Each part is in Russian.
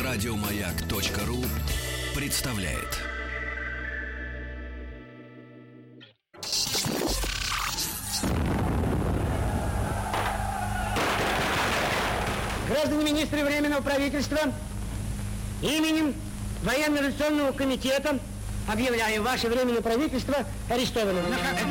Радиомаяк.ру представляет. Граждане министры Временного правительства, именем Военно-революционного комитета объявляем ваше Временное правительство арестованным.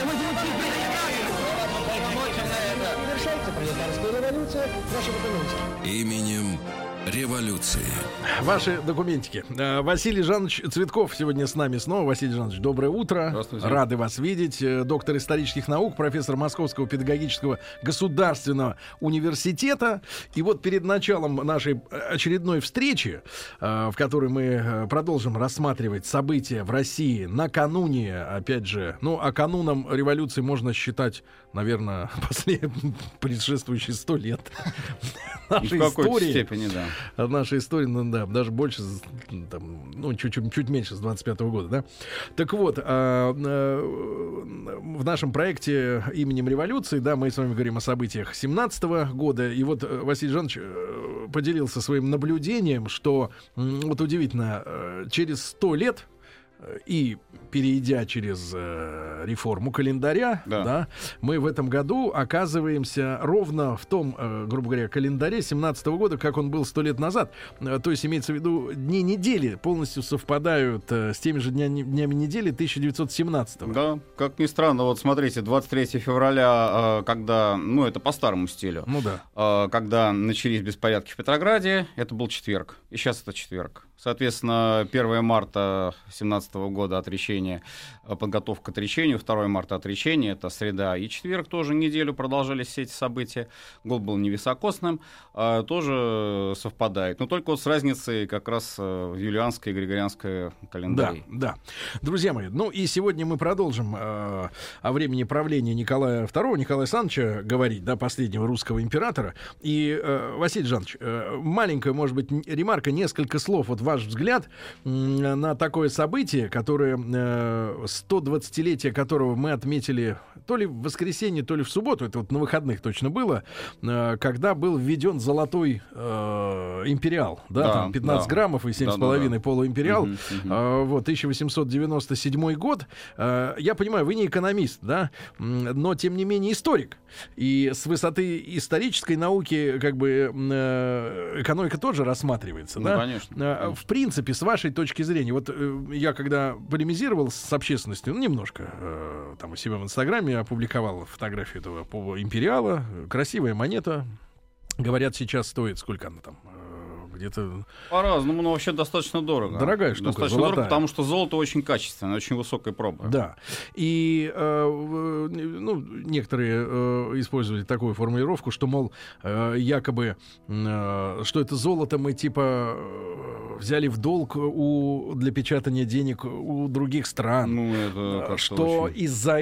Завершается пролетарская революция, наши документы. Именем революции. Ваши документики. Василий Жанович Цветков сегодня с нами снова. Василий Жанович, доброе утро. Здравствуйте. Рады вас видеть. Доктор исторических наук, профессор Московского педагогического государственного университета. И вот перед началом нашей очередной встречи, в которой мы продолжим рассматривать события в России накануне, опять же, а кануном революции можно считать, наверное, предшествующие 100 лет нашей в какой-то истории. степени, да. Наша история, даже больше, чуть меньше, с 25-го года, да? Так вот, в нашем проекте именем революции, да, мы с вами говорим о событиях 17-го года, и вот Василий Жанович поделился своим наблюдением, что, вот удивительно, через 100 лет, и перейдя через реформу календаря, да, мы в этом году оказываемся ровно в том, грубо говоря, календаре 17-го года, как он был 100 лет назад. То есть имеется в виду дни недели полностью совпадают с теми же днями недели 1917-го. Да, как ни странно, вот смотрите, 23 февраля, когда, это по старому стилю, когда начались беспорядки в Петрограде, это был четверг, и сейчас это четверг. Соответственно, 1 марта 2017 года отречение, подготовка к отречению, 2 марта отречение, это среда и четверг, тоже неделю продолжались все эти события. Год был невисокосным, тоже совпадает, но только вот с разницей как раз в юлианской и григорианской календаре. Да. Друзья мои, и сегодня мы продолжим о времени правления Николая II, Николая Александровича говорить, да, последнего русского императора. И, Василий Жанович, маленькая, может быть, ремарка, несколько слов, вот ваш взгляд на такое событие, которое 120-летие которого мы отметили то ли в воскресенье, то ли в субботу, это вот на выходных точно было, когда был введен золотой империал, там 15 граммов и 7,5 полуимпериал, вот, 1897 год. Я понимаю, вы не экономист, да, но тем не менее историк. И с высоты исторической науки как бы экономика тоже рассматривается, да? Конечно. В принципе, с вашей точки зрения, вот я когда полемизировал с общественностью, немножко там у себя в Инстаграме опубликовал фотографию этого империала, красивая монета, говорят, сейчас стоит, сколько она там, где-то... По-разному, но вообще достаточно дорого. Дорогая штука, достаточно золотая. дорого, потому что золото очень качественное, очень высокой пробы. Да. И некоторые использовали такую формулировку, что, мол, якобы, что это золото мы типа взяли в долг для печатания денег у других стран. Это что из-за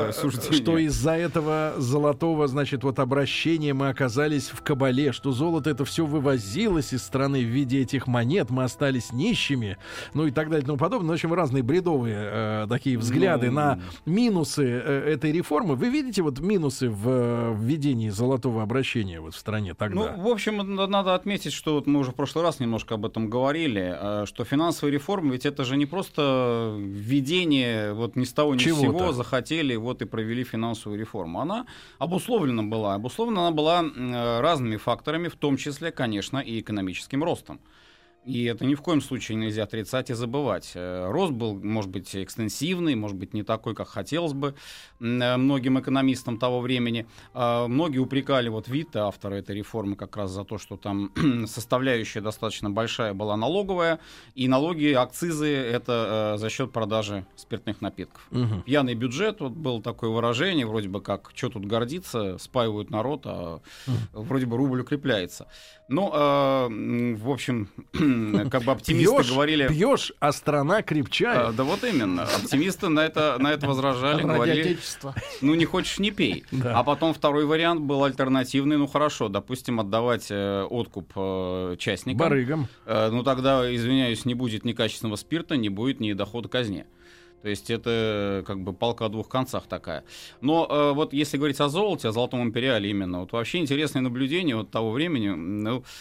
этого золотого, значит, вот обращения мы оказались в кабале, что золото это все вывозилось из страны в виде этих монет, мы остались нищими, и так далее и тому подобное. В общем, разные бредовые такие взгляды на минусы этой реформы. Вы видите вот минусы в введении золотого обращения вот в стране тогда? В общем, надо отметить, что вот мы уже в прошлый раз немножко об этом говорили, что финансовая реформа, ведь это же не просто введение вот ни с того ни с сего, захотели вот и провели финансовую реформу. Она обусловлена была разными факторами, в том числе, конечно, и экономическим ростом. И это ни в коем случае нельзя отрицать и забывать. Рост был, может быть, экстенсивный, может быть, не такой, как хотелось бы многим экономистам того времени. Многие упрекали Витта, автора этой реформы, как раз за то, что там составляющая достаточно большая была налоговая, и налоги, акцизы — это за счет продажи спиртных напитков. Пьяный бюджет, вот было такое выражение, вроде бы как, что тут гордиться, спаивают народ, а вроде бы рубль укрепляется. Но, в общем, как бы оптимисты говорили... Пьешь, а страна крепчает. Да вот именно. Оптимисты на это возражали, говорили, не хочешь — не пей. Да. А потом второй вариант был альтернативный, хорошо, допустим, отдавать откуп частникам. Барыгам. Тогда, извиняюсь, не будет ни качественного спирта, не будет ни дохода казне. То есть это как бы палка о двух концах такая. Но вот если говорить о золоте, о золотом империале именно, вот вообще интересное наблюдение вот того времени,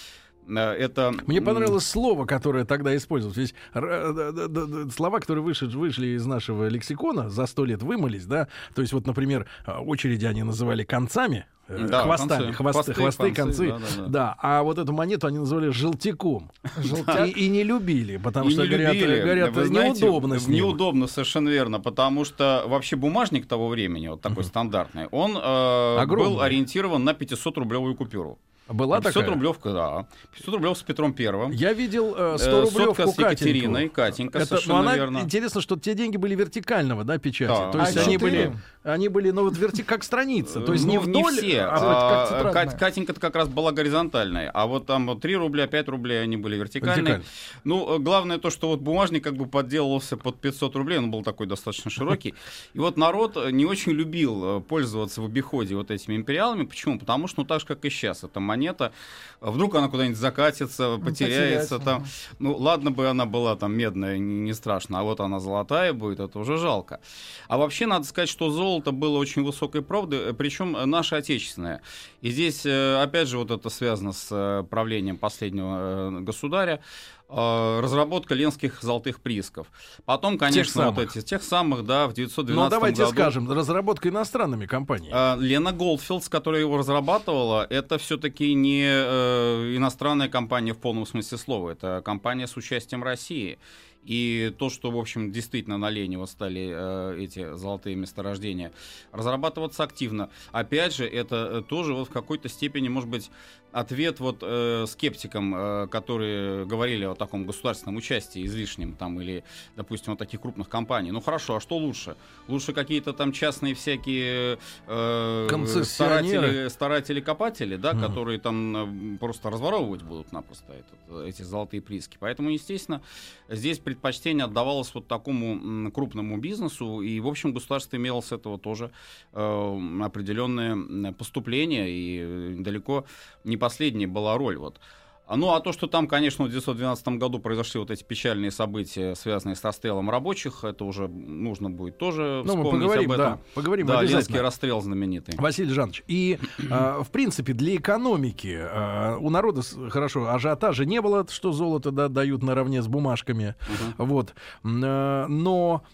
Мне понравилось слово, которое тогда использовалось. Ведь слова, которые вышли из нашего лексикона, за 100 лет вымылись, да. То есть вот, например, очереди они называли концами. Да, хвостами, хвосты, концы. Да. А вот эту монету они называли желтяком. И не любили, потому что говорят, неудобно с ним. Неудобно, совершенно верно, потому что вообще бумажник того времени, вот такой стандартный, он был ориентирован на 500-рублевую купюру. Была 500 рублевка, да. 500 рублев с Петром Первым. Я видел 100-рублевку с Екатериной, Катенька, совершенно верно. Интересно, что те деньги были вертикального, да, печати. Да. То есть они были, ну вот как страница. То есть не вдоль, как Катенька-то как раз была горизонтальная, а вот там 3 рубля, 5 рублей они были вертикальные. Ну, главное то, что вот бумажник как бы подделывался под 500 рублей, он был такой достаточно широкий. И вот народ не очень любил пользоваться в обиходе вот этими империалами. Почему? Потому что, ну, так же, как и сейчас, это монета, вдруг она куда-нибудь закатится, потеряется там. Ну, ладно бы она была там медная, не страшно, а вот она золотая будет, это уже жалко. А вообще, надо сказать, что золото было очень высокой правдой, причем наше отечественное. И здесь, опять же, вот это связано с правлением последнего государя, разработка ленских золотых приисков. Потом, конечно, вот эти тех самых, да, в 912 году. Ну, давайте скажем, разработка иностранными компаниями. Лена Голдфилдс, которая его разрабатывала, это все-таки не иностранная компания в полном смысле слова, это компания с участием России. И то, что, в общем, действительно на Ленево стали эти золотые месторождения разрабатываться активно. Опять же, это тоже вот в какой-то степени, может быть, ответ вот скептикам, которые говорили о таком государственном участии излишнем, там, или, допустим, вот таких крупных компаний. Ну хорошо, а что лучше? Лучше какие-то там частные всякие старатели-копатели, да, которые там просто разворовывать будут напросто эти золотые прииски. Поэтому, естественно, здесь предпочтение отдавалось вот такому крупному бизнесу, и, в общем, государство имело с этого тоже определенное поступление, и далеко не последняя была роль. Вот. Ну, а то, что там, конечно, в 1912 году произошли вот эти печальные события, связанные с расстрелом рабочих, это уже нужно будет тоже вспомнить об этом. Да, поговорим обязательно. Ленский расстрел знаменитый. Василий Жанович, и, в принципе, для экономики у народа, хорошо, ажиотажа не было, что золото дают наравне с бумажками, вот. Но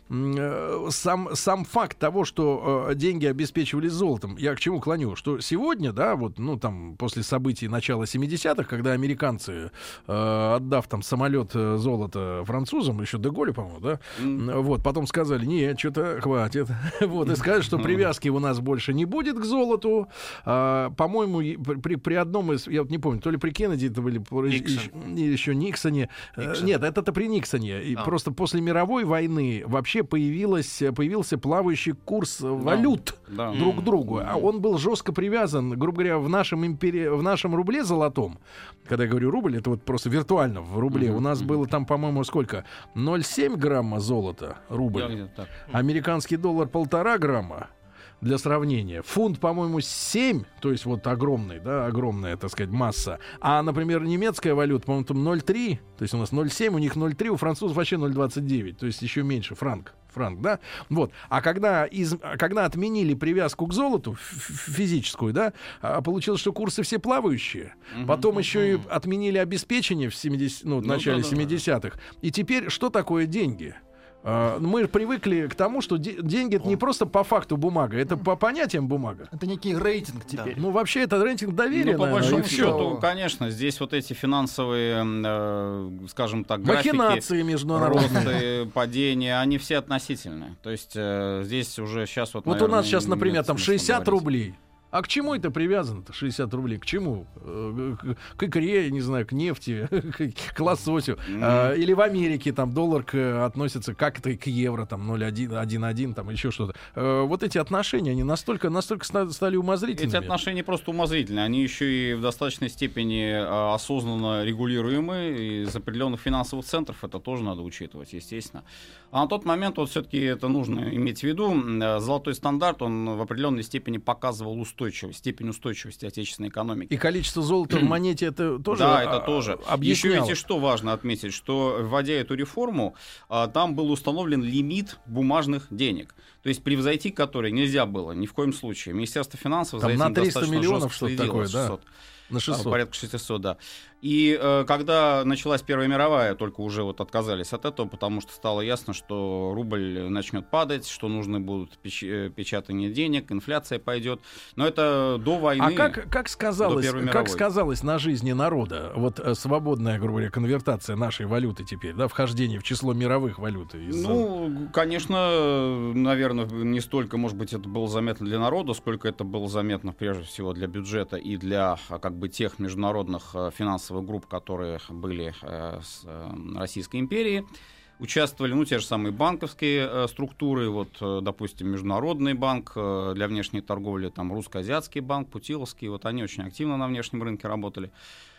сам факт того, что деньги обеспечивались золотом, я к чему клоню? Что сегодня, да, вот, ну, там, после событий начала 70-х, когда американцы, отдав там самолет золота французам, еще де Голлю, по-моему, да, вот, потом сказали, нет, что-то хватит, вот, и сказали, что привязки у нас больше не будет к золоту, по-моему, при одном из, я вот не помню, то ли при Кеннеди, это были еще Никсоне, нет, это при Никсоне, и просто после мировой войны вообще появился плавающий курс валют друг к другу, а он был жестко привязан, грубо говоря, в нашем рубле золотом. Когда я говорю рубль, это вот просто виртуально в рубле. У нас было там, по-моему, сколько? 0,7 грамма золота, рубль. Американский доллар 1,5 грамма. Для сравнения. Фунт, по-моему, 7, то есть вот огромный, да, огромная, так сказать, масса. А, например, немецкая валюта, по-моему, там 0,3, то есть у нас 0,7, у них 0,3, у французов вообще 0,29, то есть еще меньше, франк, да, вот. А когда отменили привязку к золоту физическую, да, получилось, что курсы все плавающие, потом еще и отменили обеспечение в начале 70-х, и теперь что такое деньги? Мы привыкли к тому, что деньги это не просто по факту бумага, это по понятиям бумага. Это некий рейтинг теперь. Ну, вообще, это рейтинг доверия. Ну, по большому счету, конечно, здесь вот эти финансовые, скажем так, графики, махинации международные, росты, падения, они все относительные. То есть здесь уже сейчас вот. Вот у нас сейчас, например, там 60 рублей. А к чему это привязано-то, 60 рублей? К чему? К икре, я не знаю, к нефти, к лососю. Или в Америке там доллар относится как-то к евро, там 0,1 там еще что-то. Вот эти отношения, они настолько стали умозрительными. Эти отношения просто умозрительные. Они еще и в достаточной степени осознанно регулируемы из определенных финансовых центров. Это тоже надо учитывать, естественно. А на тот момент вот все-таки это нужно иметь в виду. Золотой стандарт, он в определенной степени показывал степень устойчивости отечественной экономики. И количество золота в монете это тоже да, это тоже. Объясняло. Еще ведь что важно отметить, что, вводя эту реформу, там был установлен лимит бумажных денег. То есть превзойти который нельзя было ни в коем случае. Министерство финансов там за этим на 300 достаточно миллионов жестко что-то такое, да? На 600. Порядка 600, да. И когда началась Первая мировая, только уже вот отказались от этого, потому что стало ясно, что рубль начнет падать, что нужны будут печатание денег, инфляция пойдет. Но это до войны. А как сказалось на жизни народа вот свободная, грубо говоря, конвертация нашей валюты теперь, да, вхождение в число мировых валют? Ну, конечно, наверное, не столько, может быть, это было заметно для народа, сколько это было заметно прежде всего для бюджета и для как бы тех международных финансовых групп, которые были с Российской империей, участвовали, ну, те же самые банковские структуры, вот, допустим, Международный банк для внешней торговли, там, Русско-Азиатский банк, Путиловский, вот они очень активно на внешнем рынке работали.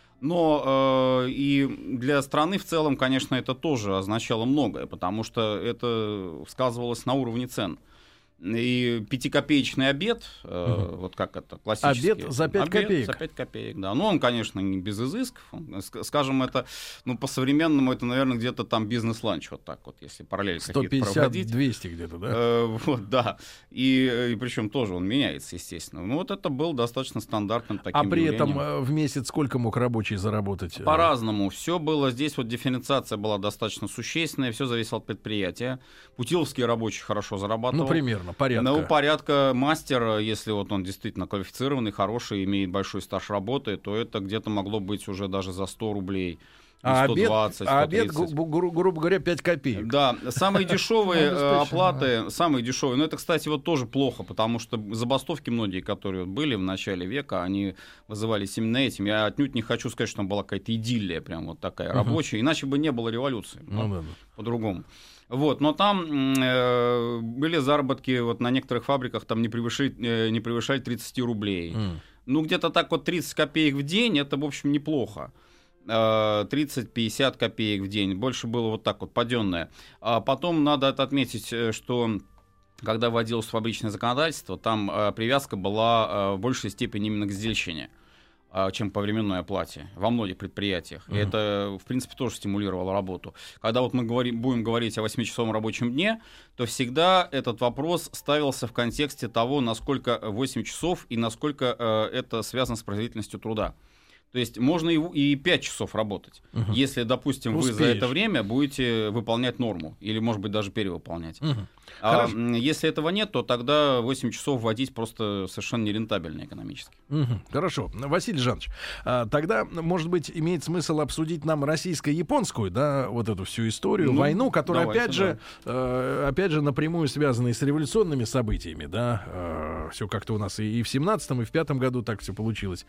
Но и для страны в целом, конечно, это тоже означало многое, потому что это сказывалось на уровне цен. И 5-копеечный обед, вот как это, классический. Обед за 5 копеек. За 5 копеек, да. Но он, конечно, не без изысков. Скажем, это, ну, по-современному, это, наверное, где-то там бизнес-ланч, вот так вот, если параллели какие-то проводить. 150-200 где-то, да? Вот, да. И причем тоже он меняется, естественно. Ну, вот это был достаточно стандартным таким явлением. А при этом в месяц сколько мог рабочий заработать? По-разному. Все было. Здесь вот дифференциация была достаточно существенная. Все зависело от предприятия. Путиловский рабочий хорошо зарабатывал. Ну, примерно. Порядка. Ну, порядка мастер, если вот он действительно квалифицированный, хороший, имеет большой стаж работы, то это где-то могло быть уже даже за 100 рублей. 120, обед, грубо говоря, 5 копеек. Да, самые дешевые оплаты, самые дешевые. Но это, кстати, вот тоже плохо, потому что забастовки многие, которые были в начале века, они вызывались именно этим. Я отнюдь не хочу сказать, что там была какая-то идиллия, прям вот такая рабочая, иначе бы не было революции. По-другому. Вот, но там были заработки вот на некоторых фабриках, там не превышали 30 рублей. Ну, где-то так вот 30 копеек в день, это, в общем, неплохо. 30-50 копеек в день. Больше было вот так вот паденное. А потом надо отметить, что когда вводилось фабричное законодательство, там привязка была в большей степени именно к сдельщине, чем по временной оплате во многих предприятиях. И это, в принципе, тоже стимулировало работу. Когда вот мы будем говорить о 8-часовом рабочем дне, то всегда этот вопрос ставился в контексте того, насколько 8 часов и насколько это связано с производительностью труда. То есть можно и 5 часов работать, если, допустим, вы за это время будете выполнять норму или, может быть, даже перевыполнять. А если этого нет, то тогда 8 часов вводить просто совершенно нерентабельно экономически. Хорошо. Василий Жанович, тогда, может быть, имеет смысл обсудить нам российско-японскую, да, вот эту всю историю, войну, которая, опять же, напрямую связана и с революционными событиями, да, все как-то у нас и в 17-м, и в 5-м году так все получилось.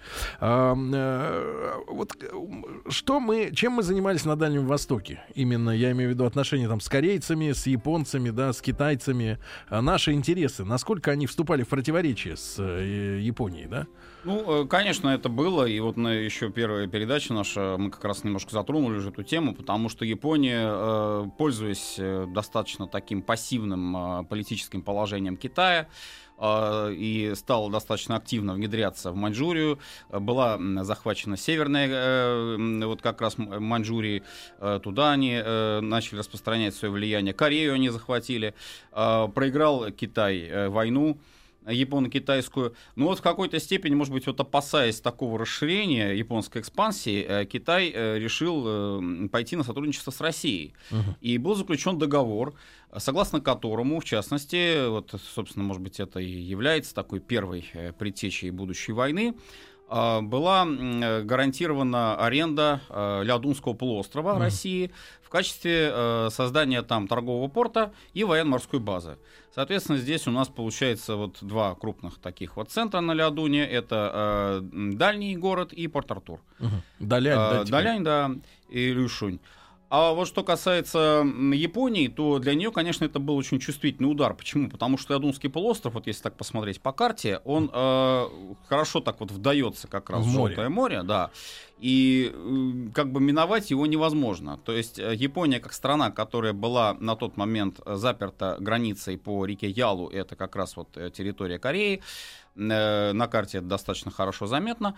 Вот чем мы занимались на Дальнем Востоке? Именно, я имею в виду отношения там с корейцами, с японцами, да, с китайцами. Наши интересы, насколько они вступали в противоречие с Японией, да? Ну, конечно, это было. И вот на еще первая передача наша, мы как раз немножко затронули уже эту тему, потому что Япония, пользуясь достаточно таким пассивным политическим положением Китая, и стала достаточно активно внедряться в Маньчжурию. Была захвачена северная, вот как раз Маньчжурия. Туда они начали распространять свое влияние. Корею они захватили. Проиграл Китай войну японо-китайскую. Но вот в какой-то степени, может быть, вот опасаясь такого расширения японской экспансии, Китай решил пойти на сотрудничество с Россией. И был заключен договор, согласно которому, в частности, вот, собственно, может быть, это и является такой первой предтечей будущей войны, была гарантирована аренда Лядунского полуострова России в качестве создания там торгового порта и военно-морской базы. Соответственно, здесь у нас получается вот два крупных таких вот центра на Лядуне. Это Дальний город и Порт-Артур. Далянь, да, и Люшунь. А вот что касается Японии, то для нее, конечно, это был очень чувствительный удар. Почему? Потому что Лядунский полуостров, вот если так посмотреть по карте, он хорошо так вот вдается как раз в Желтое море, да, и как бы миновать его невозможно. То есть Япония как страна, которая была на тот момент заперта границей по реке Ялу, это как раз вот территория Кореи, на карте это достаточно хорошо заметно,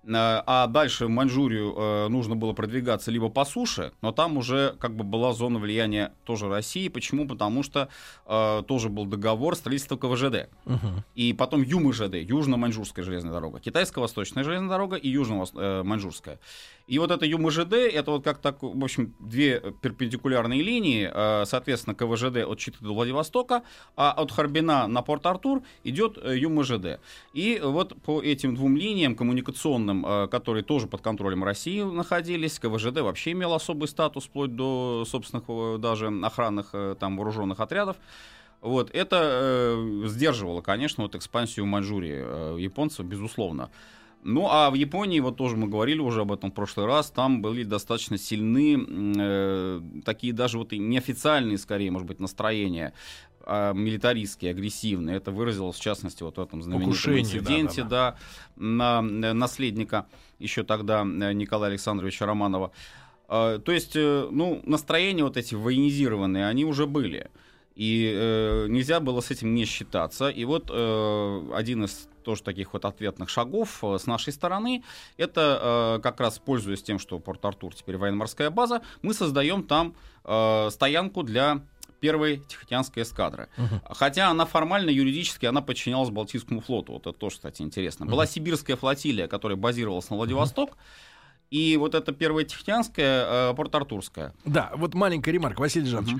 а дальше в Маньчжурию нужно было продвигаться либо по суше, но там уже как бы была зона влияния тоже России. Почему? Потому что тоже был договор строительства КВЖД. И потом ЮМЖД, Южно-Маньчжурская железная дорога, Китайско-Восточная железная дорога и Южно-Маньчжурская. И вот это ЮМЖД, это вот как так, в общем, две перпендикулярные линии, соответственно, КВЖД от Читы до Владивостока, а от Харбина на Порт-Артур идет ЮМЖД. И вот по этим двум линиям коммуникационным, которые тоже под контролем России находились, КВЖД вообще имел особый статус, вплоть до собственных даже охранных там вооруженных отрядов. Вот, это сдерживало, конечно, вот экспансию Маньчжурии японцев, безусловно. Ну, а в Японии, вот тоже мы говорили уже об этом в прошлый раз, там были достаточно сильны такие даже вот и неофициальные, скорее, может быть, настроения, милитаристские, агрессивные. Это выразилось, в частности, вот в этом знаменитом инциденте, да, на наследника еще тогда Николая Александровича Романова. То есть, ну, настроения вот эти военизированные, они уже были. И нельзя было с этим не считаться. И вот один из тоже таких вот ответных шагов с нашей стороны, это как раз, пользуясь тем, что Порт-Артур теперь военно-морская база, мы создаем там стоянку для первой Тихоокеанской эскадры. Хотя она формально, юридически, она подчинялась Балтийскому флоту. Вот это тоже, кстати, интересно. Была Сибирская флотилия, которая базировалась на Владивосток. И вот это первая Тихоокеанская, Порт-Артурская. Да, вот маленькая ремарка, Василий Жанович.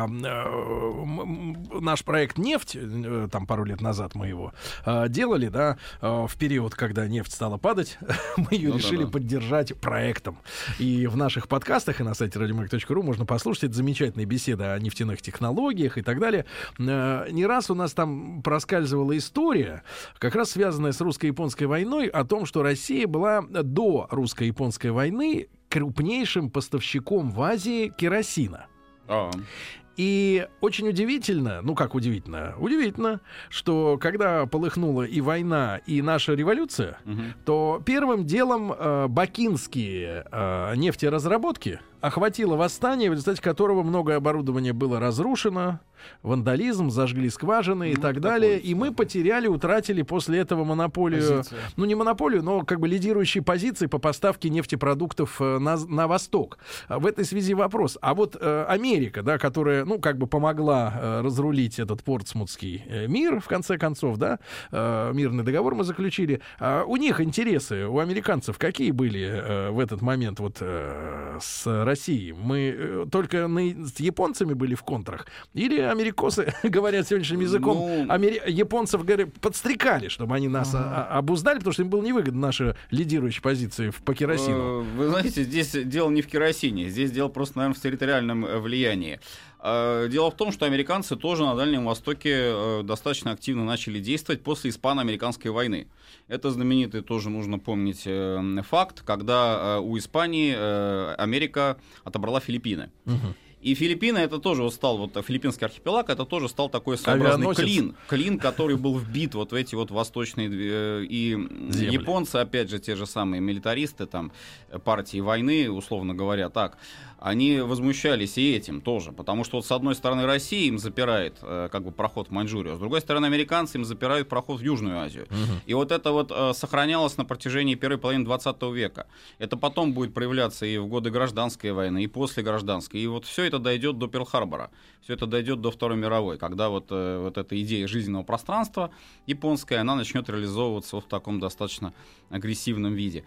Наш проект «Нефть», там пару лет назад мы его делали, да, в период, когда нефть стала падать, мы ее решили поддержать проектом. И в наших подкастах и на сайте radiomag.ru можно послушать эти замечательные беседы о нефтяных технологиях и так далее. Не раз у нас там проскальзывала история, как раз связанная с русско-японской войной, о том, что Россия была до русско-японской войны крупнейшим поставщиком в Азии керосина. И очень удивительно, ну как удивительно, удивительно, что когда полыхнула и война, и наша революция, то первым делом бакинские нефтеразработки охватило восстание, в результате которого многое оборудование было разрушено, вандализм, зажгли скважины и так далее. И мы потеряли, утратили после этого монополию, ну не монополию, но как бы лидирующие позиции по поставке нефтепродуктов на восток. В этой связи вопрос. А вот Америка, да, которая, ну как бы помогла разрулить этот портсмутский мир, в конце концов, да, мирный договор мы заключили. У них интересы, у американцев какие были в этот момент вот с Россией? Мы только с японцами были в контрах? Или америкосы, говорят сегодняшним языком, японцев, говорят, подстрекали, чтобы они нас обуздали, потому что им было невыгодно наши лидирующие позиции по керосину? Вы знаете, здесь дело не в керосине, здесь дело просто, наверное, в территориальном влиянии. Дело в том, что американцы тоже на Дальнем Востоке достаточно активно начали действовать после Испано-американской войны. Это знаменитый, тоже нужно помнить, факт, когда у Испании Америка отобрала Филиппины. И Филиппины, это тоже вот стал, вот филиппинский архипелаг, это тоже стал такой своеобразный клин, который был вбит вот в эти вот восточные и земли. Японцы, опять же, те же самые милитаристы, там, партии войны, условно говоря, так, они возмущались и этим тоже, потому что вот с одной стороны Россия им запирает как бы проход в Маньчжурию, а с другой стороны американцы им запирают проход в Южную Азию. И вот это вот сохранялось на протяжении первой половины 20 века. Это потом будет проявляться и в годы гражданской войны, и после гражданской. И вот все это дойдет до Перл-Харбора, все это дойдет до Второй мировой, когда вот эта идея жизненного пространства японская, она начнет реализовываться вот в таком достаточно агрессивном виде.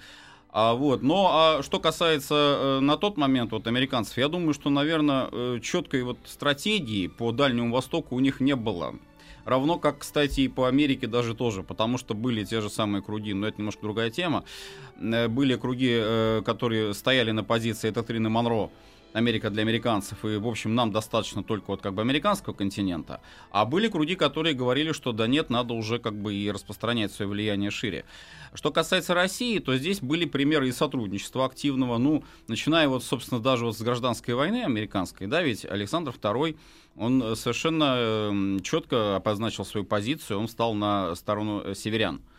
Но что касается на тот момент вот американцев, я думаю, что, наверное, четкой вот стратегии по Дальнему Востоку у них не было. Равно как, кстати, и по Америке даже тоже, потому что были те же самые круги, но это немножко другая тема. Были круги, которые стояли на позиции доктрины Монро, Америка для американцев, и, в общем, нам достаточно только вот как бы американского континента. А были круги, которые говорили, что да нет, надо уже как бы и распространять свое влияние шире. Что касается России, то здесь были примеры и сотрудничества активного, начиная вот, собственно, даже вот с гражданской войны американской, да, ведь Александр II, он совершенно четко обозначил свою позицию, он встал на сторону северян.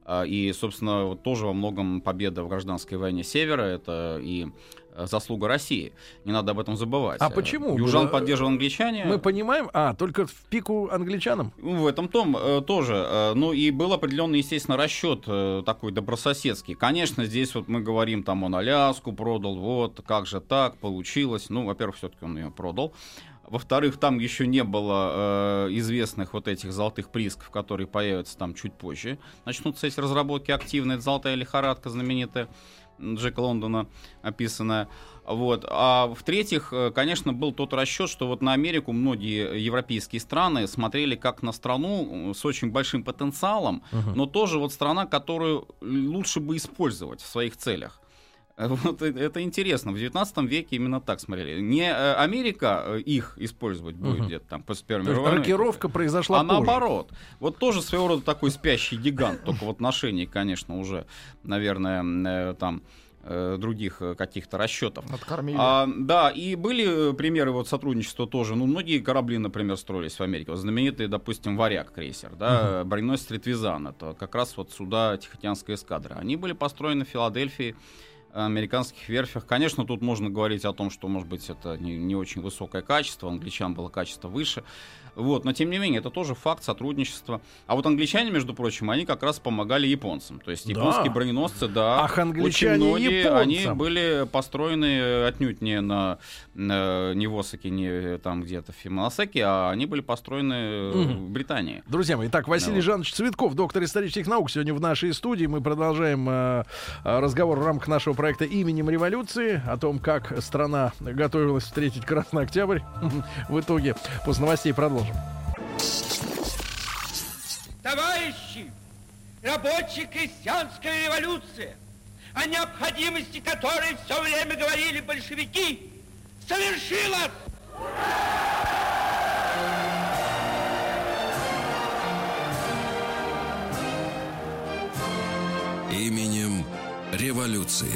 И, собственно, вот тоже во многом победа в гражданской войне Севера — это и заслуга России. Не надо об этом забывать. А почему? Южан поддерживали англичане. Мы понимаем, только в пику англичанам? В этом тоже. Ну и был определенный, естественно, расчет такой добрососедский. Конечно, здесь вот мы говорим, там он Аляску продал, вот, как же так получилось. Ну, во-первых, все-таки он ее продал. Во-вторых, там еще не было известных вот этих золотых приисков, которые появятся там чуть позже. Начнутся эти разработки активные. Это золотая лихорадка знаменитая Джека Лондона описанная. Вот. А в-третьих, конечно, был тот расчет, что вот на Америку многие европейские страны смотрели как на страну с очень большим потенциалом, но тоже вот страна, которую лучше бы использовать в своих целях. Вот это интересно. В 19 веке именно так смотрели. Не Америка их использовать будет где-то там после Первой мировой войны. Рокировка произошла позже. Наоборот. Вот тоже своего рода такой спящий гигант, только в отношении, конечно, уже, наверное, там других каких-то расчетов. Откормили. Да, и были примеры вот сотрудничества тоже. Ну, многие корабли, например, строились в Америке. Вот знаменитый, допустим, «Варяг» крейсер, да, броненосец «Ретвизан». Это как раз вот суда Тихоокеанской эскадры. Они были построены в Филадельфии, американских верфях. Конечно, тут можно говорить о том, что, может быть, это не очень высокое качество, у англичан было качество выше. Вот, но, тем не менее, это тоже факт сотрудничества. А вот англичане, между прочим, они как раз помогали японцам. То есть японские броненосцы, да, англичане очень многие, японцам. Они были построены отнюдь не на Невосаке, не там где-то в Фимоносеке, а они были построены в Британии. Друзья мои, итак, Василий Жанович Цветков, доктор исторических наук, сегодня в нашей студии. Мы продолжаем разговор в рамках нашего проекта «Именем революции», о том, как страна готовилась встретить Красный Октябрь. В итоге, после новостей продолжим. Товарищи, рабочая крестьянская революция, о необходимости которой все время говорили большевики, совершилась! Именем революции.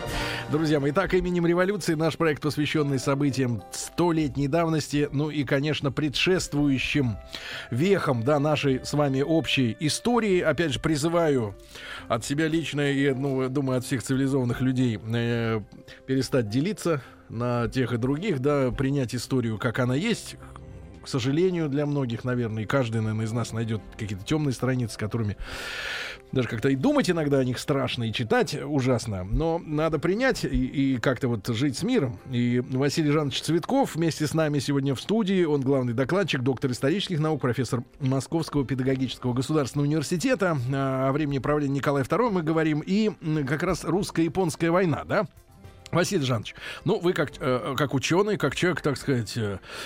Друзья мои, итак, именем революции наш проект, посвященный событиям 100-летней давности, ну и, конечно, предшествующим вехам, да, нашей с вами общей истории. Опять же, призываю от себя лично и, думаю, от всех цивилизованных людей перестать делиться на тех и других, да, принять историю, как она есть. К сожалению, для многих, наверное, и каждый, наверное, из нас найдет какие-то темные страницы, с которыми даже как-то и думать иногда о них страшно, и читать ужасно. Но надо принять и как-то вот жить с миром. И Василий Жанович Цветков вместе с нами сегодня в студии. Он главный докладчик, доктор исторических наук, профессор Московского педагогического государственного университета. О времени правления Николая II мы говорим. И как раз русско-японская война, да? Василий Жанович, ну, вы как ученый, как человек, так сказать,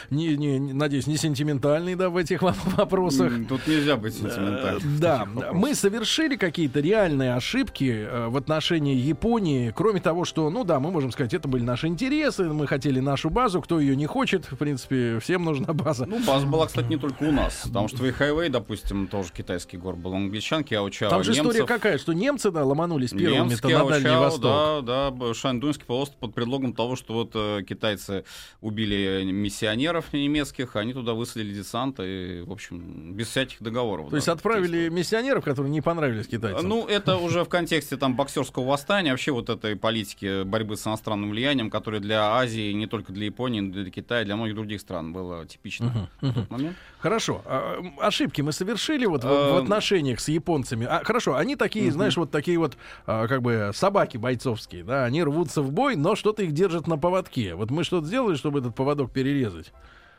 надеюсь, не сентиментальный, да, в этих вопросах. Тут нельзя быть сентиментальным. Да, мы совершили какие-то реальные ошибки в отношении Японии, кроме того, что, ну да, мы можем сказать, это были наши интересы, мы хотели нашу базу, кто ее не хочет, в принципе, всем нужна база. Ну, база была, кстати, не только у нас, потому что в Хэйвэй, допустим, тоже китайский город был, англичан, Кяочао, там же немцев. история какая, что немцы, да, ломанулись первыми-то на Дальний Восток. Да, Шаньдуньский полуостров под предлогом того, что вот китайцы убили миссионеров немецких, они туда выслали десант, и, в общем, без всяких договоров. То есть отправили миссионеров, которые не понравились китайцам? Ну, это уже в контексте там боксерского восстания, вообще вот этой политики борьбы с иностранным влиянием, которая для Азии, не только для Японии, но и для Китая, для многих других стран была типична в тот момент. Хорошо. Ошибки мы совершили вот в отношениях с японцами. Хорошо, они такие, знаешь, вот такие вот как бы собаки бойцовские, да, они рвутся в бой, но что-то их держит на поводке. Вот мы что-то сделали, чтобы этот поводок перерезать?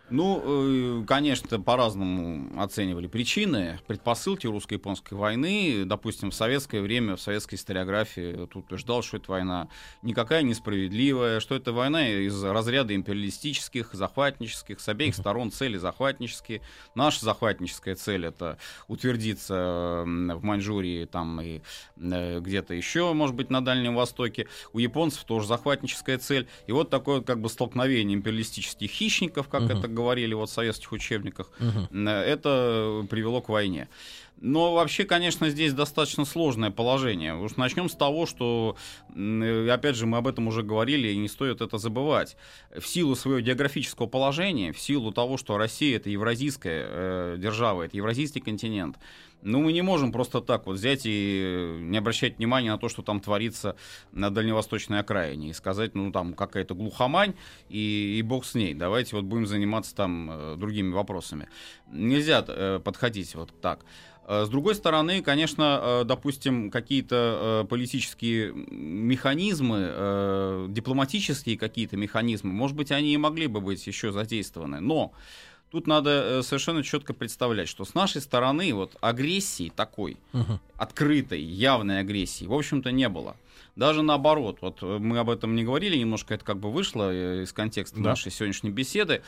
Ну, конечно, по-разному оценивали причины, предпосылки русско-японской войны. Допустим, в советское время, в советской историографии тут утверждал, что эта война никакая несправедливая, что это война из разряда империалистических, захватнических, с обеих сторон цели захватнические. Наша захватническая цель — это утвердиться в Маньчжурии там, и где-то еще, может быть, на Дальнем Востоке. У японцев тоже захватническая цель. И вот такое как бы столкновение империалистических хищников, как это говорили вот в советских учебниках, это привело к войне. Но вообще, конечно, здесь достаточно сложное положение. Уж начнем с того, что, опять же, мы об этом уже говорили, и не стоит это забывать. В силу своего географического положения, в силу того, что Россия — это евразийская держава, это евразийский континент, мы не можем просто так вот взять и не обращать внимания на то, что там творится на дальневосточной окраине, и сказать, там какая-то глухомань, и бог с ней, давайте вот будем заниматься там другими вопросами. Нельзя подходить вот так. С другой стороны, конечно, допустим, какие-то политические механизмы, дипломатические какие-то механизмы, может быть, они и могли бы быть еще задействованы, но тут надо совершенно четко представлять, что с нашей стороны вот агрессии такой, открытой, явной агрессии, в общем-то, не было. Даже наоборот, вот мы об этом не говорили, немножко это как бы вышло из контекста нашей сегодняшней беседы.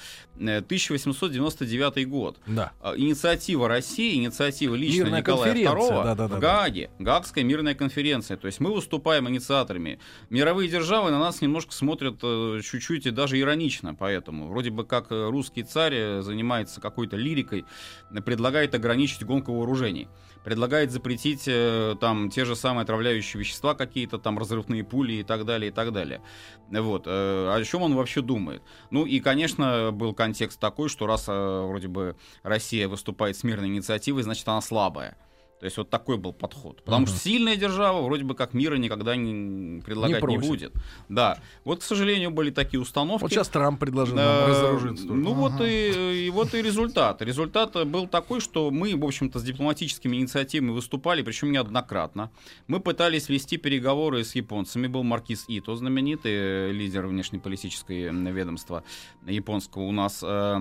1899 год. Инициатива России, инициатива лично Николая II в Гааге, Гаагская мирная конференция. То есть мы выступаем инициаторами. Мировые державы на нас немножко смотрят чуть-чуть и даже иронично, поэтому вроде бы как русский царь занимается какой-то лирикой, предлагает ограничить гонку вооружений, предлагает запретить там те же самые отравляющие вещества какие-то, там разрывные пули и так далее, и так далее. Вот. О чем он вообще думает? И, конечно, был контекст такой, что раз вроде бы Россия выступает с мирной инициативой, значит, она слабая. То есть вот такой был подход. Потому что сильная держава вроде бы как мира никогда не предлагать не будет. Да. Вот, к сожалению, были такие установки. Вот сейчас Трамп предложил нам разоружиться. Вот и результат. Результат был такой, что мы, в общем-то, с дипломатическими инициативами выступали, причем неоднократно. Мы пытались вести переговоры с японцами. Был маркиз Ито, знаменитый лидер внешнеполитического ведомства японского. У нас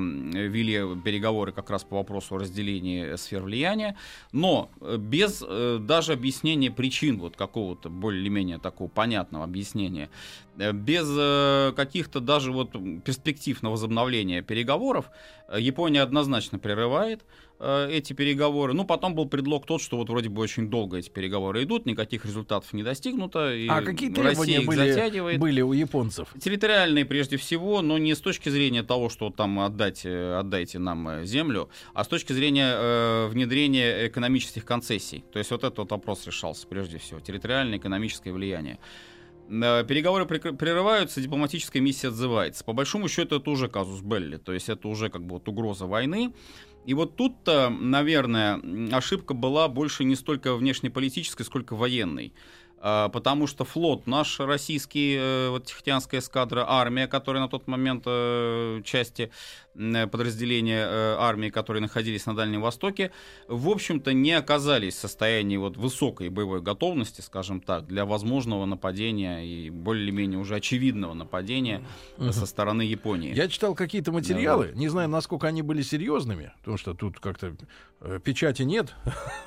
вели переговоры как раз по вопросу разделения сфер влияния. Но без даже объяснения причин, вот какого-то более-менее такого понятного объяснения, без каких-то даже вот перспектив на возобновление переговоров, Япония однозначно прерывает эти переговоры. Потом был предлог тот, что вот вроде бы очень долго эти переговоры идут, никаких результатов не достигнуто. И какие требования были у японцев? Территориальные прежде всего, но не с точки зрения того, что там отдайте нам землю, а с точки зрения внедрения экономических концессий. То есть вот этот вот вопрос решался прежде всего. Территориальное экономическое влияние. Переговоры прерываются, дипломатическая миссия отзывается. По большому счету это уже казус белли, то есть это уже как бы вот угроза войны. И вот тут-то, наверное, ошибка была больше не столько внешнеполитической, сколько военной. Потому что флот наш российский, Тихоокеанская эскадра, армия, которая на тот момент части подразделения армии, которые находились на Дальнем Востоке, в общем-то не оказались в состоянии вот высокой боевой готовности, скажем так, для возможного нападения и более-менее уже очевидного нападения со стороны Японии. Я читал какие-то материалы, не знаю, насколько они были серьезными, потому что тут как-то печати нет,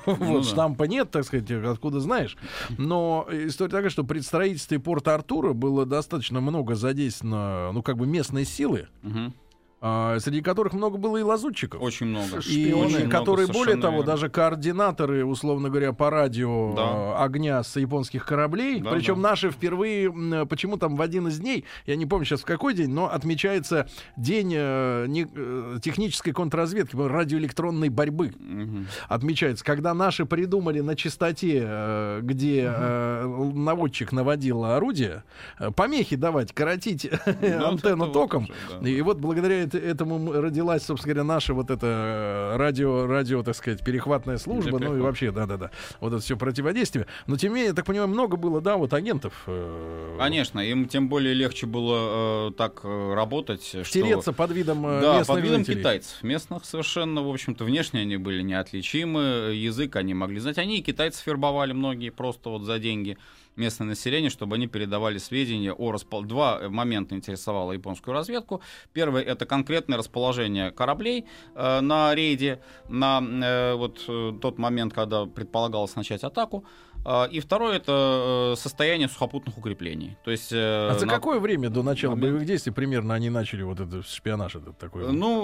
штампа нет, так сказать, откуда знаешь, но история такая, что при строительстве порта Артура было достаточно много задействовано, местной силы, среди которых много было и лазутчиков. Очень много. И которые, более того, даже координаторы, условно говоря, по радио огня с японских кораблей. Причем наши впервые, почему там в один из дней, я не помню сейчас в какой день, но отмечается день технической контрразведки, радиоэлектронной борьбы. Отмечается, когда наши придумали на частоте, где наводчик наводил орудие, помехи давать, коротить антенну током. И вот благодаря этому родилась, собственно говоря, наша вот эта радио, так сказать, перехватная служба, и вообще, вот это все противодействие. Но, тем не менее, я так понимаю, много было, агентов. Конечно, им тем более легче было так работать. Втереться под видом местных под видом жителей. Китайцев. Местных совершенно, в общем-то, внешне они были неотличимы, язык они могли знать. Они и китайцев вербовали многие просто вот за деньги. Местное население, чтобы они передавали сведения о Два момента интересовало японскую разведку. Первый — это конкретное расположение кораблей на рейде, на тот момент, когда предполагалось начать атаку. И второе — это состояние сухопутных укреплений. То есть, за какое время до начала боевых действий примерно они начали вот этот шпионаж этот такой?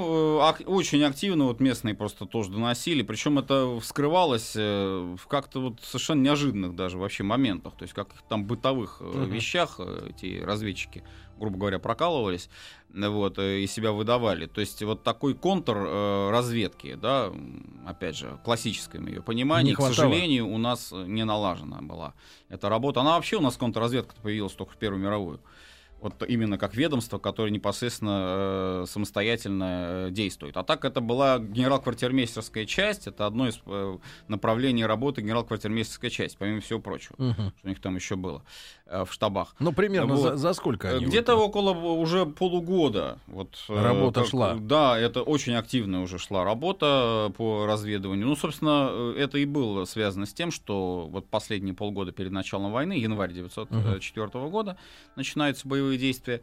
Очень активно местные просто тоже доносили. Причем это вскрывалось в как-то совершенно неожиданных даже вообще моментах. То есть как там бытовых вещах эти разведчики грубо говоря, прокалывались, вот, и себя выдавали. То есть вот такой контр разведки, да, опять же, в классическом ее понимании, к сожалению, у нас не налажена была эта работа. Она вообще у нас контрразведка появилась только в Первую мировую. Вот именно как ведомство, которое непосредственно самостоятельно действует. А так это была генерал-квартирмейстерская часть, это одно из направлений работы генерал-квартирмейстерская часть, помимо всего прочего, что у них там еще было в штабах. Ну, примерно вот. за сколько они? Где-то около уже полугода. Вот, работа шла. Да, это очень активная уже шла работа по разведыванию. Ну, собственно, это и было связано с тем, что вот последние полгода перед началом войны, январь 1904 года, начинаются боевые действия.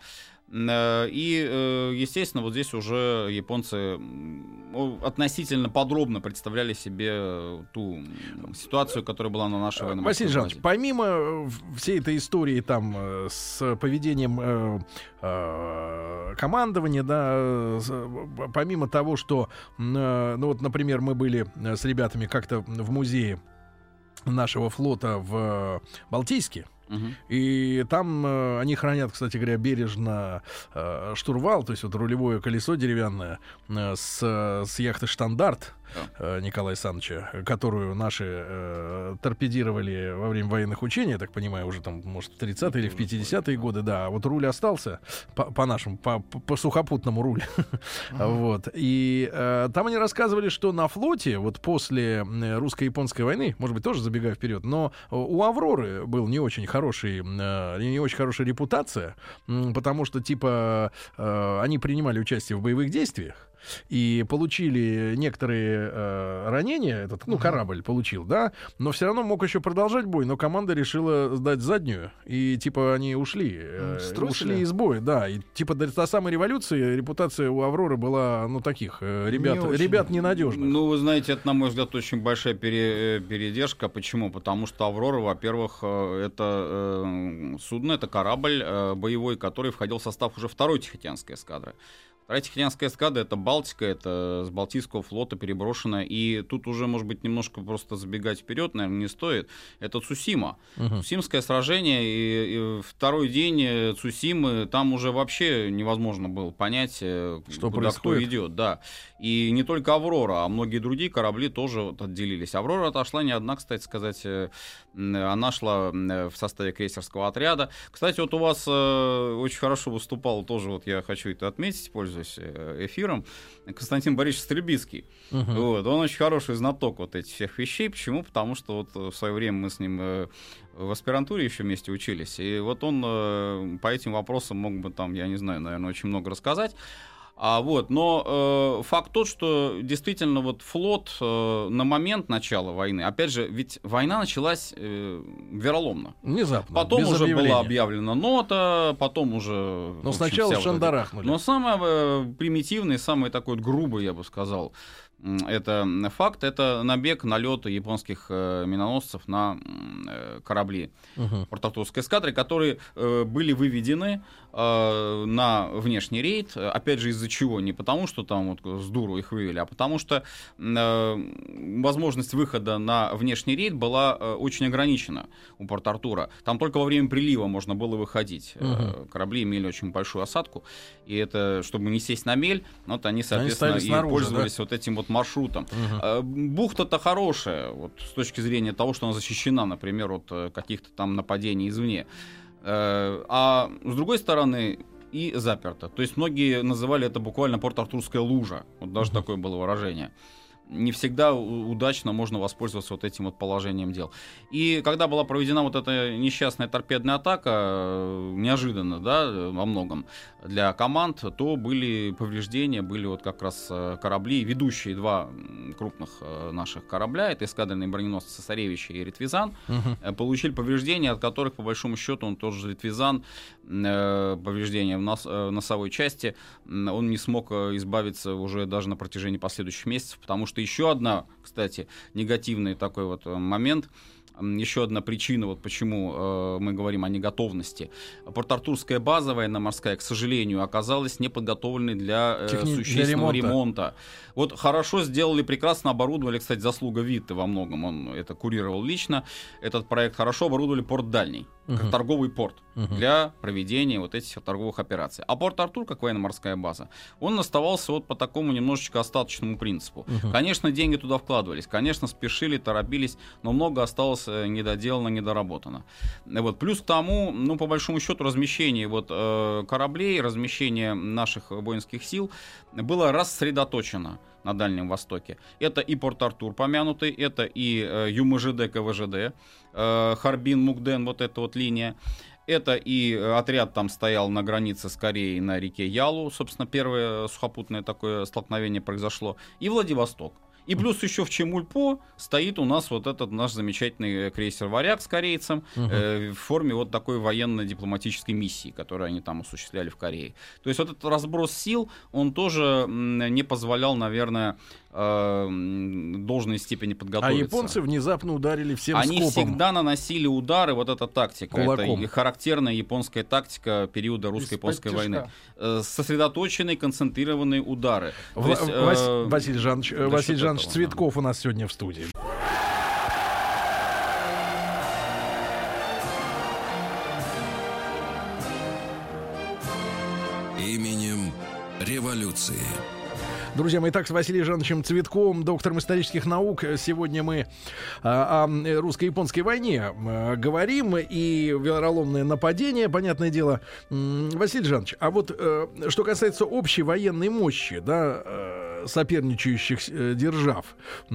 И, естественно, вот здесь уже японцы относительно подробно представляли себе ту ситуацию, которая была на нашей военной. Василий Жанович, помимо всей этой истории там с поведением командования, да, помимо того, что, ну вот, например, мы были с ребятами как-то в музее нашего флота в Балтийске, и там они хранят, кстати говоря, бережно штурвал, то есть вот рулевое колесо деревянное с яхты «Штандарт» Николая Александровича, которую наши торпедировали во время военных учений, я так понимаю, уже там, может, в 30-е или в 50-е годы, да, а вот руль остался по нашему, по сухопутному рулю. Вот. И там они рассказывали, что на флоте, вот после русско-японской войны, может быть, тоже забегая вперед, но у «Авроры» был не очень хорошая репутация, потому что, типа, они принимали участие в боевых действиях и получили некоторые ранения, этот, ну, корабль получил, да, но все равно мог еще продолжать бой, но команда решила сдать заднюю, и, типа, они ушли из боя, да, и, типа, до самой революции репутация у «Авроры» была, ну, таких ребят ненадежных. Ну, вы знаете, это, на мой взгляд, очень большая передержка. Почему? Потому что «Аврора», во-первых, это судно, это корабль боевой, который входил в состав уже второй Тихоокеанской эскадры. Вторая Тихоокеанская эскадра — это Балтика, это с Балтийского флота переброшено. И тут уже, может быть, немножко просто забегать вперед, наверное, не стоит. Это Цусима. Цусимское сражение, и второй день Цусимы, там уже вообще невозможно было понять, что куда кто идет. Да. И не только «Аврора», а многие другие корабли тоже вот отделились. «Аврора» отошла не одна, кстати сказать. Она шла в составе крейсерского отряда. Кстати, вот у вас очень хорошо выступал тоже, вот я хочу это отметить, пользуясь эфиром, Константин Борисович Стрельбицкий. Вот, он очень хороший знаток вот этих всех вещей. Почему? Потому что вот в свое время мы с ним в аспирантуре еще вместе учились. И вот он по этим вопросам мог бы там, я не знаю, наверное, очень много рассказать. Но факт тот, что действительно вот флот на момент начала войны, опять же, ведь война началась вероломно. Внезапно. Потом уже была объявлена нота, потом уже... Но сначала шандарахнули. Но самое примитивное, самое такое грубое, я бы сказал, это факт, это налет японских миноносцев на корабли Порт-Артурской эскадры, которые были выведены на внешний рейд. Опять же, из-за чего? Не потому, что там вот с дуру их вывели, а потому что возможность выхода на внешний рейд была очень ограничена у Порт-Артура. Там только во время прилива можно было выходить. Корабли имели очень большую осадку, и это, чтобы не сесть на мель, вот они, соответственно, и снаружи, пользовались вот этим вот маршрутом. Бухта-то хорошая, вот, с точки зрения того, что она защищена, например, от каких-то там нападений извне. А с другой стороны, и заперта. То есть многие называли это буквально Порт-Артурская лужа. Вот даже такое было выражение. Не всегда удачно можно воспользоваться вот этим вот положением дел. И когда была проведена вот эта несчастная торпедная атака, неожиданно, да, во многом для команд, то были повреждения, были вот как раз корабли, ведущие два крупных наших корабля, это эскадренные броненосцы «Цесаревич» и «Ретвизан», получили повреждения, от которых, по большому счету, он тоже «Ретвизан», повреждения в носовой части, он не смог избавиться уже даже на протяжении последующих месяцев, потому что еще одна, кстати, негативный такой вот момент. еще одна причина, вот почему мы говорим о неготовности. Порт-Артурская база военно-морская, к сожалению, оказалась неподготовленной для существенного ремонта. Вот хорошо сделали, прекрасно оборудовали, кстати, заслуга Витте во многом, он это курировал лично, этот проект, хорошо оборудовали порт Дальний, как торговый порт для проведения вот этих торговых операций. А Порт-Артур, как военно-морская база, он оставался вот по такому немножечко остаточному принципу. Конечно, деньги туда вкладывались, конечно, спешили, торопились, но много осталось недоделано, недоработано. Вот. Плюс к тому, ну, по большому счету, размещение вот, кораблей, размещение наших воинских сил было рассредоточено на Дальнем Востоке. Это и Порт-Артур помянутый, это и ЮМЖД, КВЖД, Харбин, Мукден, вот эта вот линия. Это и отряд там стоял на границе с Кореей на реке Ялу, собственно, первое сухопутное такое столкновение произошло, и Владивосток. И плюс еще в Чемульпо стоит у нас вот этот наш замечательный крейсер «Варяг» с корейцем в форме вот такой военно-дипломатической миссии, которую они там осуществляли в Корее. То есть вот этот разброс сил, он тоже не позволял, наверное, должной степени подготовиться. А японцы внезапно ударили всем скопом. Они всегда наносили удары, вот эта тактика, кулаком. Это характерная японская тактика периода русско-японской войны. Сосредоточенные, концентрированные удары. Василий Жанович Цветков у нас сегодня в студии. Именем революции. Друзья мои, так с Василием Жановичем Цветковым, доктором исторических наук. Сегодня мы о русско-японской войне говорим и вероломное нападение, понятное дело. Василий Жанович, а вот что касается общей военной мощи, да, соперничающих держав,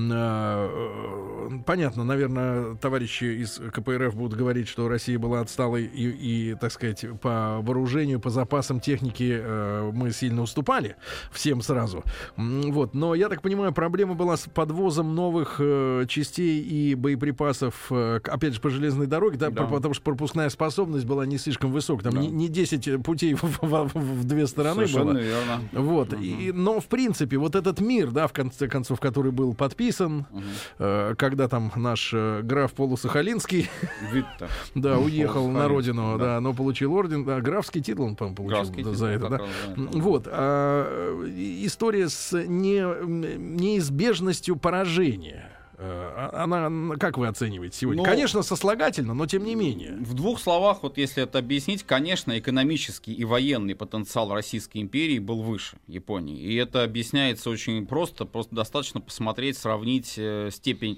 понятно, наверное, товарищи из КПРФ будут говорить, что Россия была отсталой и, так сказать, по вооружению, по запасам техники мы сильно уступали всем сразу. Вот. Но, я так понимаю, проблема была с подвозом новых частей и боеприпасов, опять же, по железной дороге, да, потому что пропускная способность была не слишком высокая. Там не 10 путей в две стороны совершенно было. Верно. Вот. Но, в принципе, вот этот мир, да, в конце концов, который был подписан, когда там наш граф Полусахалинский да, уехал на родину, да, но получил орден, да, графский титул он, по-моему, получил за это. Да. Вот. История с неизбежностью поражения. Она, как вы оцениваете сегодня? Ну, конечно, сослагательно, но тем не менее. В двух словах, вот если это объяснить, конечно, экономический и военный потенциал Российской империи был выше Японии. И это объясняется очень просто достаточно посмотреть, сравнить степень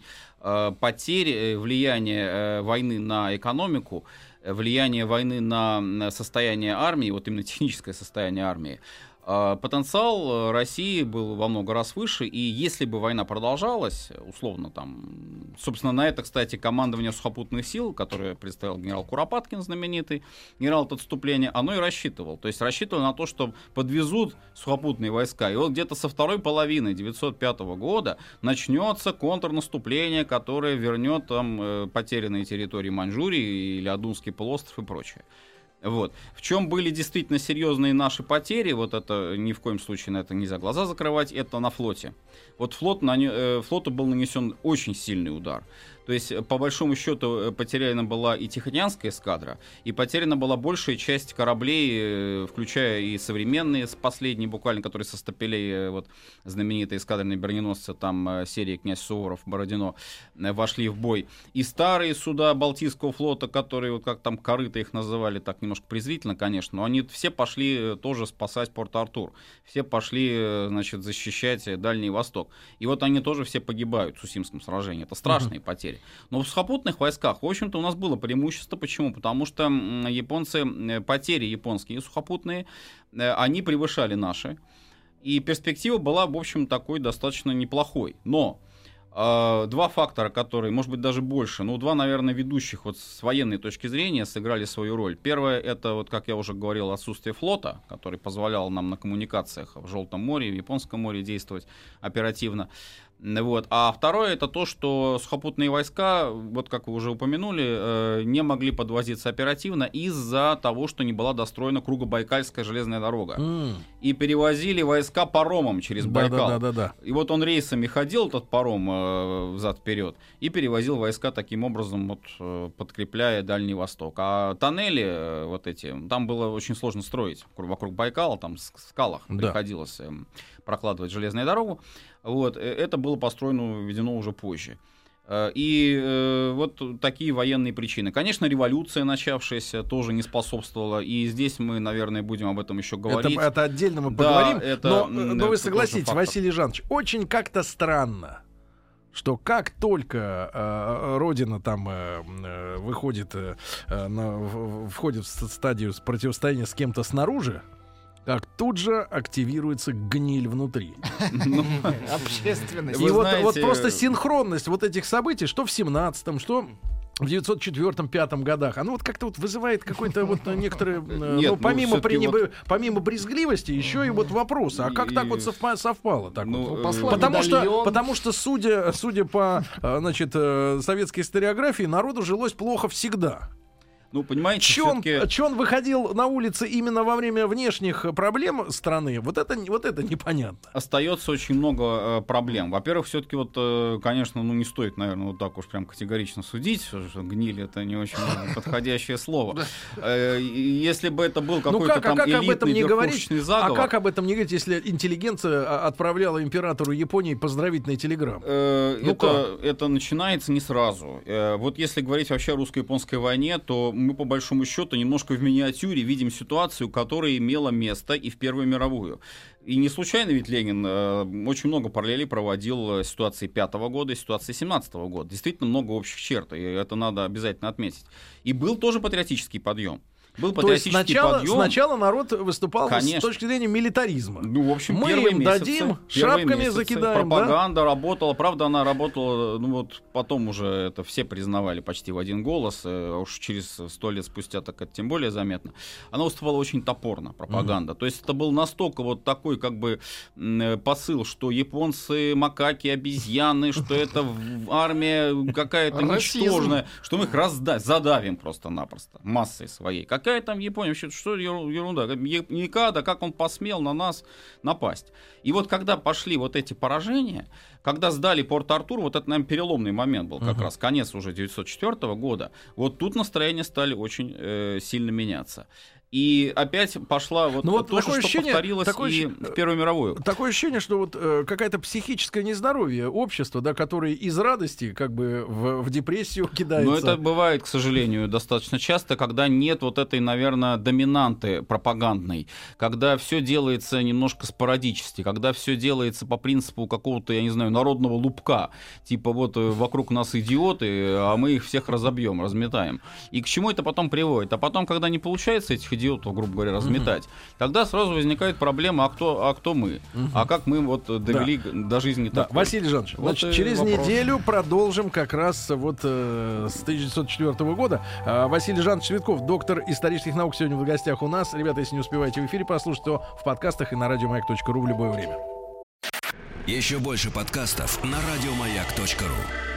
потерь, влияния войны на экономику, влияние войны на состояние армии, вот именно техническое состояние армии. Потенциал России был во много раз выше, и если бы война продолжалась, условно там, собственно, на это, кстати, командование сухопутных сил, которое представил генерал Куропаткин, знаменитый генерал от отступления, оно и рассчитывало. То есть рассчитывало на то, что подвезут сухопутные войска, и вот где-то со второй половины 1905 года начнется контрнаступление, которое вернет там потерянные территории Маньчжурии или Адунский полуостров и прочее. Вот. В чем были действительно серьезные наши потери, вот это ни в коем случае на это нельзя глаза закрывать, это на флоте. Вот флоту был нанесен очень сильный удар. То есть, по большому счету, потеряна была и Тихоокеанская эскадра, и потеряна была большая часть кораблей, включая и современные, последние буквально, которые со стапелей, вот, знаменитые эскадренные броненосцы, там серии «Князь Суворов», «Бородино», вошли в бой. И старые суда Балтийского флота, которые, вот как там корыто их называли, так немножко презрительно, конечно, но они все пошли тоже спасать Порт-Артур. Все пошли, значит, защищать Дальний Восток. И вот они тоже все погибают в Цусимском сражении. Это страшные потери. Но в сухопутных войсках, в общем-то, у нас было преимущество. Почему? Потому что японцы, потери японские сухопутные, они превышали наши. И перспектива была, в общем, такой достаточно неплохой. Но два фактора, которые, может быть, даже больше, но два, наверное, ведущих вот с военной точки зрения сыграли свою роль. Первое, это, вот, как я уже говорил, отсутствие флота, который позволял нам на коммуникациях в Желтом море, в Японском море действовать оперативно. Вот. А второе — это то, что сухопутные войска, вот как вы уже упомянули, не могли подвозиться оперативно из-за того, что не была достроена Кругобайкальская железная дорога. И перевозили войска паромом через Байкал. И вот он рейсами ходил, этот паром, взад-вперед, и перевозил войска таким образом, вот, подкрепляя Дальний Восток. А тоннели вот эти, там было очень сложно строить вокруг Байкала, там в скалах приходилось прокладывать железную дорогу. Вот, это было построено, введено уже позже. И вот такие военные причины. Конечно, революция, начавшаяся, тоже не способствовала. И здесь мы, наверное, будем об этом еще говорить. Это отдельно мы поговорим. Но вы согласитесь, Василий Жанович, очень как-то странно, что как только Родина там входит в стадию стадию с кем-то снаружи, так тут же активируется гниль внутри. Общественность. И вот просто синхронность вот этих событий, что в 17-м, что в 904-5 годах, оно вот как-то вот вызывает какой-то вот некоторые, помимо брезгливости, еще и вот вопросы. А как так вот совпало? Так потому что, судя по, значит, советской историографии, народу жилось плохо всегда. Ну, понимаете, Че он выходил на улицы именно во время внешних проблем страны, вот это непонятно. Остается очень много проблем. Во-первых, все-таки вот, конечно, не стоит, наверное, вот так уж прям категорично судить, что гниль — это не очень подходящее слово. Если бы это был какой-то там элитный верхушечный заговор... А как об этом не говорить, если интеллигенция отправляла императору Японии поздравительные телеграммы? Это начинается не сразу. Вот если говорить вообще о русско-японской войне, то мы, по большому счету, немножко в миниатюре видим ситуацию, которая имела место и в Первую мировую. И не случайно ведь Ленин очень много параллелей проводил ситуации 5-го года и ситуации 17-го года. Действительно много общих черт, и это надо обязательно отметить. И был тоже патриотический подъем. То есть сначала народ выступал, конечно, с точки зрения милитаризма. В общем, мы им дадим, шапками закидаем. Пропаганда работала. Правда, она работала, потом уже это все признавали почти в один голос. Уж через 100 лет спустя так это тем более заметно. Она выступала очень топорно, пропаганда. То есть это был настолько вот такой как бы посыл, что японцы макаки, обезьяны, что это армия какая-то ничтожная, что мы их задавим просто-напросто массой своей. Какая там Япония? Вообще, что ерунда? Микадо, как он посмел на нас напасть? И вот когда пошли вот эти поражения, когда сдали Порт-Артур, вот это, наверное, переломный момент был как раз, конец уже 1904 года, вот тут настроения стали очень сильно меняться. И опять пошла вот то, что повторилось и в Первую мировую. Такое ощущение, что вот какая-то психическое нездоровье общества, да, которое из радости как бы в депрессию кидается. Но это бывает, к сожалению, достаточно часто, когда нет вот этой, наверное, доминанты пропагандной, когда все делается немножко спорадически, когда все делается по принципу какого-то, я не знаю, народного лупка. Типа вот вокруг нас идиоты, а мы их всех разобьем, разметаем. И к чему это потом приводит? А потом, когда не получается этих идиотов, грубо говоря, разметать, тогда сразу возникает проблема, а кто мы? А как мы вот довели до жизни такой? Василий Жанович, вот значит, через неделю продолжим как раз вот с 1904 года. Василий Жанович Цветков, доктор исторических наук, сегодня в гостях у нас. Ребята, если не успеваете в эфире послушать, то в подкастах и на радиомаяк.ру в любое время. Еще больше подкастов на радиомаяк.ру.